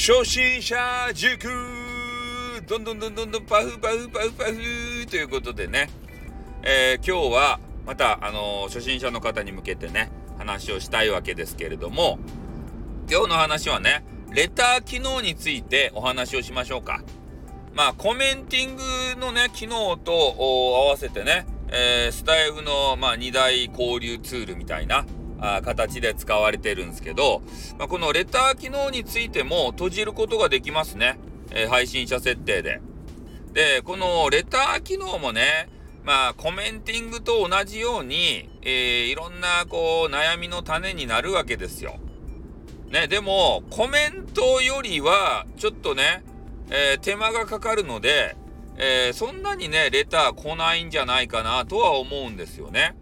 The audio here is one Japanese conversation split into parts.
初心者塾どんどんパフということでね、今日はまた初心者の方に向けてね話をしたいわけですけれども、今日の話はねレター機能についてお話をしましょうか。コメンティングのね機能と合わせてね、スタイフの2大交流ツールみたいな形で使われてるんですけど、このレター機能についても閉じることができますね、配信者設定で。でこのレター機能もねコメンティングと同じように、いろんな悩みの種になるわけですよ。ね、でもコメントよりはちょっとね、手間がかかるので、そんなにねレター来ないんじゃないかなとは思うんですよね。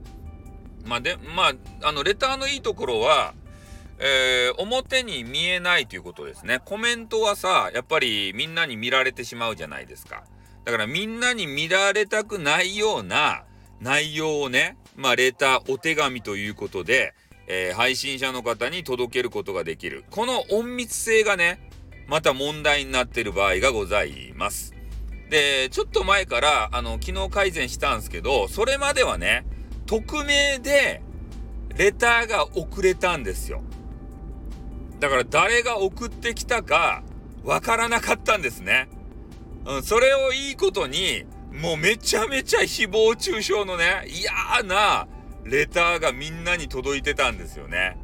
レターのいいところは、表に見えないということですね。コメントはさ、やっぱりみんなに見られてしまうじゃないですか。だからみんなに見られたくないような内容をね、レター、お手紙ということで、配信者の方に届けることができる。この隠密性がね、また問題になっている場合がございます。で、ちょっと前から機能改善したんですけど、それまではね、匿名でレターが送れたんですよ。だから誰が送ってきたかわからなかったんですね。それをいいことにもうめちゃめちゃ誹謗中傷のね嫌なレターがみんなに届いてたんですよね。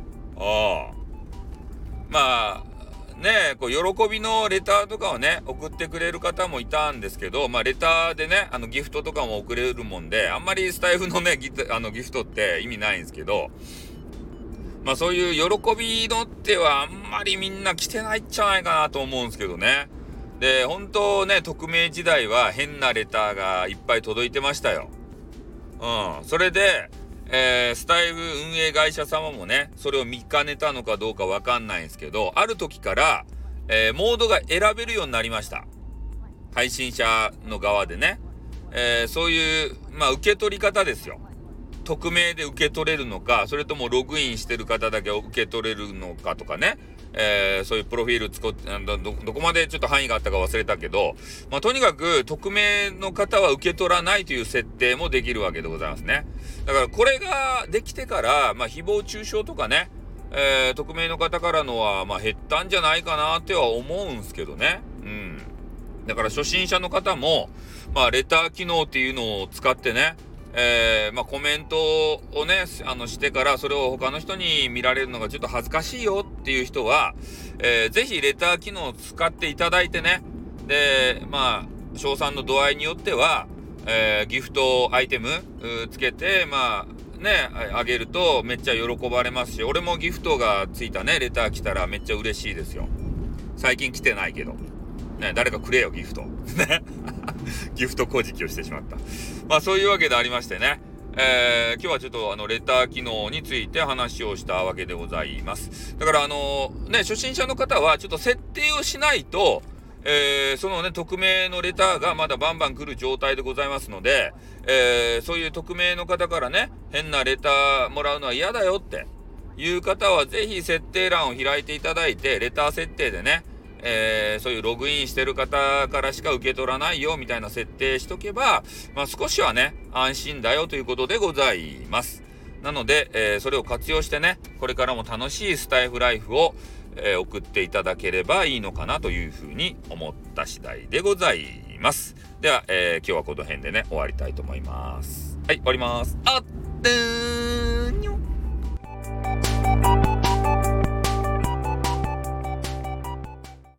喜びのレターとかをね送ってくれる方もいたんですけど、レターでねギフトとかも送れるもんで、あんまりスタイフのねギフトって意味ないんですけど、そういう喜びのってはあんまりみんな来てないんじゃないかなと思うんですけどね。で本当ね匿名時代は変なレターがいっぱい届いてましたよ。それでスタイフ運営会社様もねそれを見かねたのかどうかわかんないんですけど、ある時から、モードが選べるようになりました。配信者の側でね、そういう受け取り方ですよ。匿名で受け取れるのか、それともログインしてる方だけ受け取れるのかとかね、そういうプロフィール作ってどこまでちょっと範囲があったか忘れたけど、とにかく匿名の方は受け取らないという設定もできるわけでございますね。だからこれができてから誹謗中傷とかね、匿名の方からのは減ったんじゃないかなっては思うんすけどね。だから初心者の方もレター機能っていうのを使ってね、コメントをねしてからそれを他の人に見られるのがちょっと恥ずかしいよっていう人は、ぜひレター機能を使っていただいてね、で賞賛の度合いによっては、ギフトアイテムつけてあげるとめっちゃ喜ばれますし、俺もギフトがついたねレター来たらめっちゃ嬉しいですよ。最近来てないけどね、誰かくれよギフトねギフト小じをしてしまった。そういうわけでありましてね、今日はちょっとレター機能について話をしたわけでございます。だから初心者の方はちょっと設定をしないと、そのね匿名のレターがまだバンバン来る状態でございますので、そういう匿名の方からね変なレターもらうのは嫌だよっていう方はぜひ設定欄を開いていただいて、レター設定でねそういうログインしてる方からしか受け取らないよみたいな設定しとけば、少しはね安心だよということでございます。なので、それを活用してねこれからも楽しいスタイフライフを、送っていただければいいのかなというふうに思った次第でございます。では、今日はこの辺でね終わりたいと思います。はい、終わります。あってー